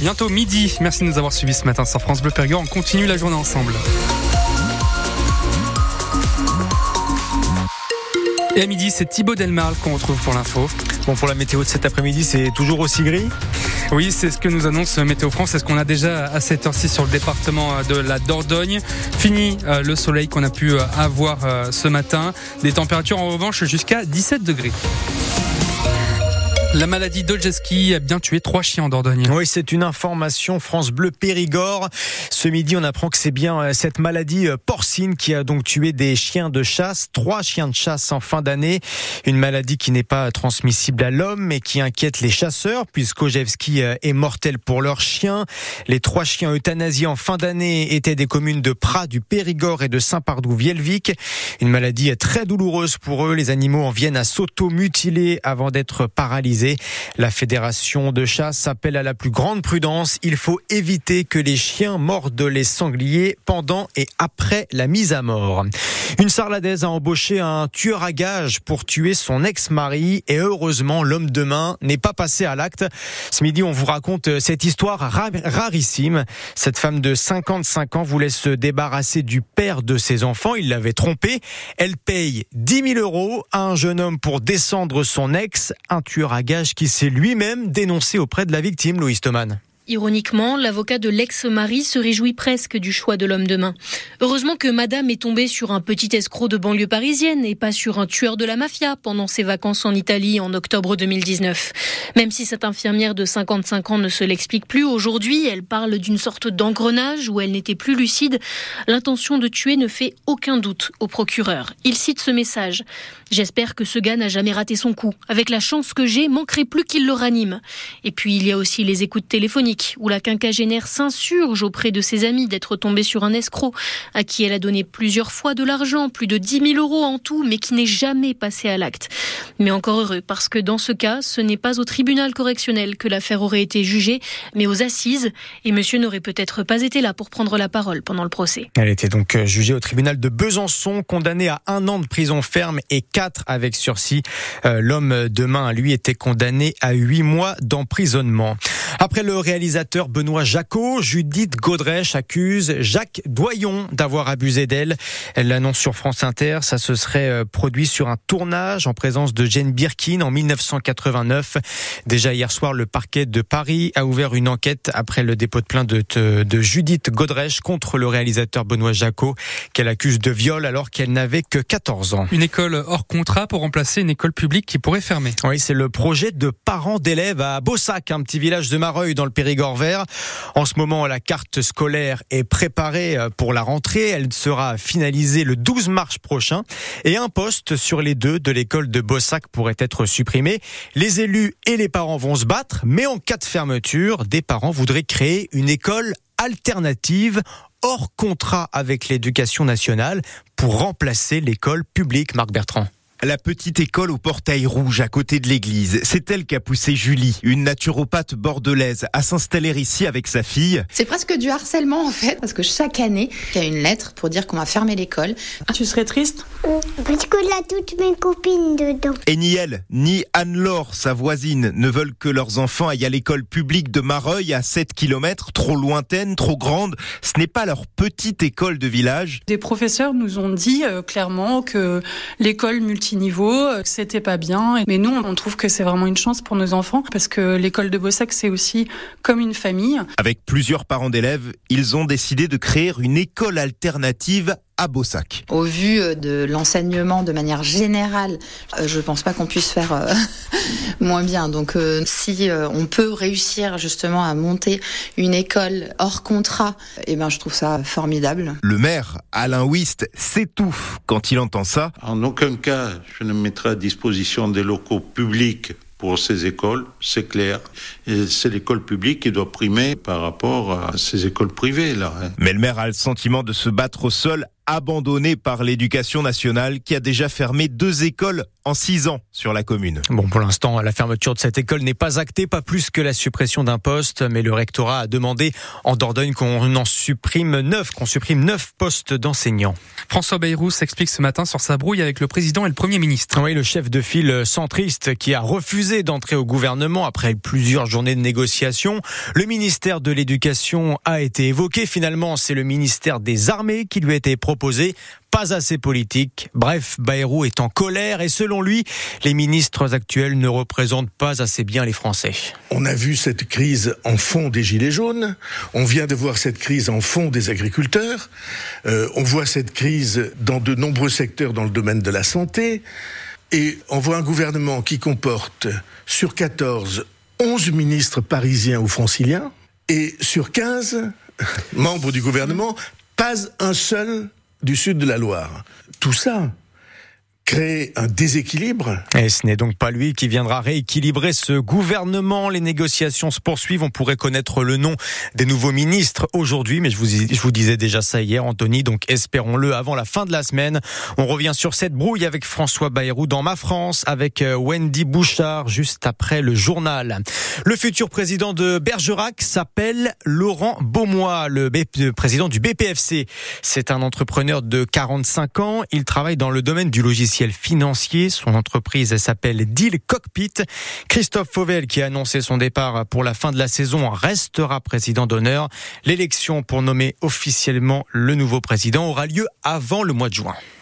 bientôt midi. Merci de nous avoir suivis ce matin sur France Bleu Périgord. On continue la journée ensemble. Et à midi, c'est Thibaut Delmarle qu'on retrouve pour l'info. Bon, pour la météo de cet après-midi, c'est toujours aussi gris ? Oui, c'est ce que nous annonce Météo France. C'est ce qu'on a déjà à cette heure-ci sur le département de la Dordogne. Fini le soleil qu'on a pu avoir ce matin. Des températures en revanche jusqu'à 17 degrés. La maladie Doljeski a bien tué 3 chiens en Dordogne. Oui, c'est une information France Bleu Périgord. Ce midi, on apprend que c'est bien cette maladie porcine qui a donc tué des chiens de chasse. 3 chiens de chasse en fin d'année. Une maladie qui n'est pas transmissible à l'homme, mais qui inquiète les chasseurs, puisqu'Olszewski est mortel pour leurs chiens. Les 3 chiens euthanasiés en fin d'année étaient des communes de Prat, du Périgord et de Saint-Pardoux-Vielvic. Une maladie très douloureuse pour eux. Les animaux en viennent à s'auto-mutiler avant d'être paralysés. La fédération de chasse appelle à la plus grande prudence. Il faut éviter que les chiens mordent les sangliers pendant et après la mise à mort. Une Sarladaise a embauché un tueur à gages pour tuer son ex-mari et heureusement l'homme de main n'est pas passé à l'acte. Ce midi, on vous raconte cette histoire rarissime. Cette femme de 55 ans voulait se débarrasser du père de ses enfants. Il l'avait trompé. Elle paye 10 000 € à un jeune homme pour descendre son ex, un tueur à gages qui s'est lui-même dénoncé auprès de la victime, Loïs Thoman. Ironiquement, l'avocat de l'ex-mari se réjouit presque du choix de l'homme de main. Heureusement que madame est tombée sur un petit escroc de banlieue parisienne et pas sur un tueur de la mafia pendant ses vacances en Italie en octobre 2019. Même si cette infirmière de 55 ans ne se l'explique plus, aujourd'hui, elle parle d'une sorte d'engrenage où elle n'était plus lucide. L'intention de tuer ne fait aucun doute au procureur. Il cite ce message. « J'espère que ce gars n'a jamais raté son coup. Avec la chance que j'ai, manquerait plus qu'il le ranime. » Et puis, il y a aussi les écoutes téléphoniques où la quinquagénaire s'insurge auprès de ses amis d'être tombée sur un escroc à qui elle a donné plusieurs fois de l'argent, plus de 10 000 € en tout, mais qui n'est jamais passé à l'acte. Mais encore heureux, parce que dans ce cas, ce n'est pas au tribunal correctionnel que l'affaire aurait été jugée, mais aux assises, et monsieur n'aurait peut-être pas été là pour prendre la parole pendant le procès. Elle était donc jugée au tribunal de Besançon, condamnée à 1 an de prison ferme et 4 avec sursis. L'homme de main, lui, était condamné à 8 mois d'emprisonnement. Après le réalisateur Benoît Jacot, Judith Godrèche accuse Jacques Doyon d'avoir abusé d'elle. Elle l'annonce sur France Inter. Ça se serait produit sur un tournage en présence de Jane Birkin en 1989. Déjà hier soir, le parquet de Paris a ouvert une enquête après le dépôt de plainte de Judith Godrèche contre le réalisateur Benoît Jacot, qu'elle accuse de viol alors qu'elle n'avait que 14 ans. Une école hors contrat pour remplacer une école publique qui pourrait fermer. Oui, c'est le projet de parents d'élèves à Beaussac, un petit village de Mareuil dans le Périgord vert. En ce moment, la carte scolaire est préparée pour la rentrée. Elle sera finalisée le 12 mars prochain. Et un poste sur les 2 de l'école de Beaussac pourrait être supprimé. Les élus et les parents vont se battre, mais en cas de fermeture, des parents voudraient créer une école alternative hors contrat avec l'éducation nationale pour remplacer l'école publique. Marc Bertrand. La petite école au portail rouge à côté de l'église. C'est elle qui a poussé Julie, une naturopathe bordelaise, à s'installer ici avec sa fille. C'est presque du harcèlement en fait, parce que chaque année, il y a une lettre pour dire qu'on va fermer l'école. Tu serais triste ? Parce que là, toutes mes copines dedans. Et ni elle, ni Anne-Laure, sa voisine, ne veulent que leurs enfants aillent à l'école publique de Mareuil à 7 km, trop lointaine, trop grande. Ce n'est pas leur petite école de village. Des professeurs nous ont dit clairement que l'école multiniveau, c'était pas bien. Mais nous, on trouve que c'est vraiment une chance pour nos enfants parce que l'école de Beaussac, c'est aussi comme une famille. Avec plusieurs parents d'élèves, ils ont décidé de créer une école alternative à Beaussac. Au vu de l'enseignement de manière générale, je pense pas qu'on puisse faire moins bien. Donc si on peut réussir justement à monter une école hors contrat, je trouve ça formidable. Le maire, Alain Ouist, s'étouffe quand il entend ça. En aucun cas, je ne mettrai à disposition des locaux publics pour ces écoles, c'est clair. Et c'est l'école publique qui doit primer par rapport à ces écoles privées, là. Mais le maire a le sentiment de se battre au sol abandonné par l'éducation nationale qui a déjà fermé 2 écoles en 6 ans sur la commune. Bon, pour l'instant, la fermeture de cette école n'est pas actée, pas plus que la suppression d'un poste, mais le rectorat a demandé en Dordogne qu'on supprime 9 postes d'enseignants. François Bayrou s'explique ce matin sur sa brouille avec le président et le Premier ministre. Oui, le chef de file centriste qui a refusé d'entrer au gouvernement après plusieurs journées de négociations. Le ministère de l'Éducation a été évoqué. Finalement, c'est le ministère des Armées qui lui a été proposé. Pas assez politique. Bref, Bayrou est en colère et selon lui, les ministres actuels ne représentent pas assez bien les Français. On a vu cette crise en fond des Gilets jaunes. On vient de voir cette crise en fond des agriculteurs. On voit cette crise dans de nombreux secteurs dans le domaine de la santé. Et on voit un gouvernement qui comporte sur 14, 11 ministres parisiens ou franciliens. Et sur 15 membres du gouvernement, pas un seul du sud de la Loire. Tout ça crée un déséquilibre. Et ce n'est donc pas lui qui viendra rééquilibrer ce gouvernement. Les négociations se poursuivent. On pourrait connaître le nom des nouveaux ministres aujourd'hui, mais je vous disais déjà ça hier, Anthony, donc espérons-le avant la fin de la semaine. On revient sur cette brouille avec François Bayrou dans Ma France, avec Wendy Bouchard, juste après le journal. Le futur président de Bergerac s'appelle Laurent Beaumois, le président du BPFC. C'est un entrepreneur de 45 ans. Il travaille dans le domaine du logiciel financier. Son entreprise s'appelle Deal Cockpit. Christophe Fauvel, qui a annoncé son départ pour la fin de la saison, restera président d'honneur. L'élection pour nommer officiellement le nouveau président aura lieu avant le mois de juin.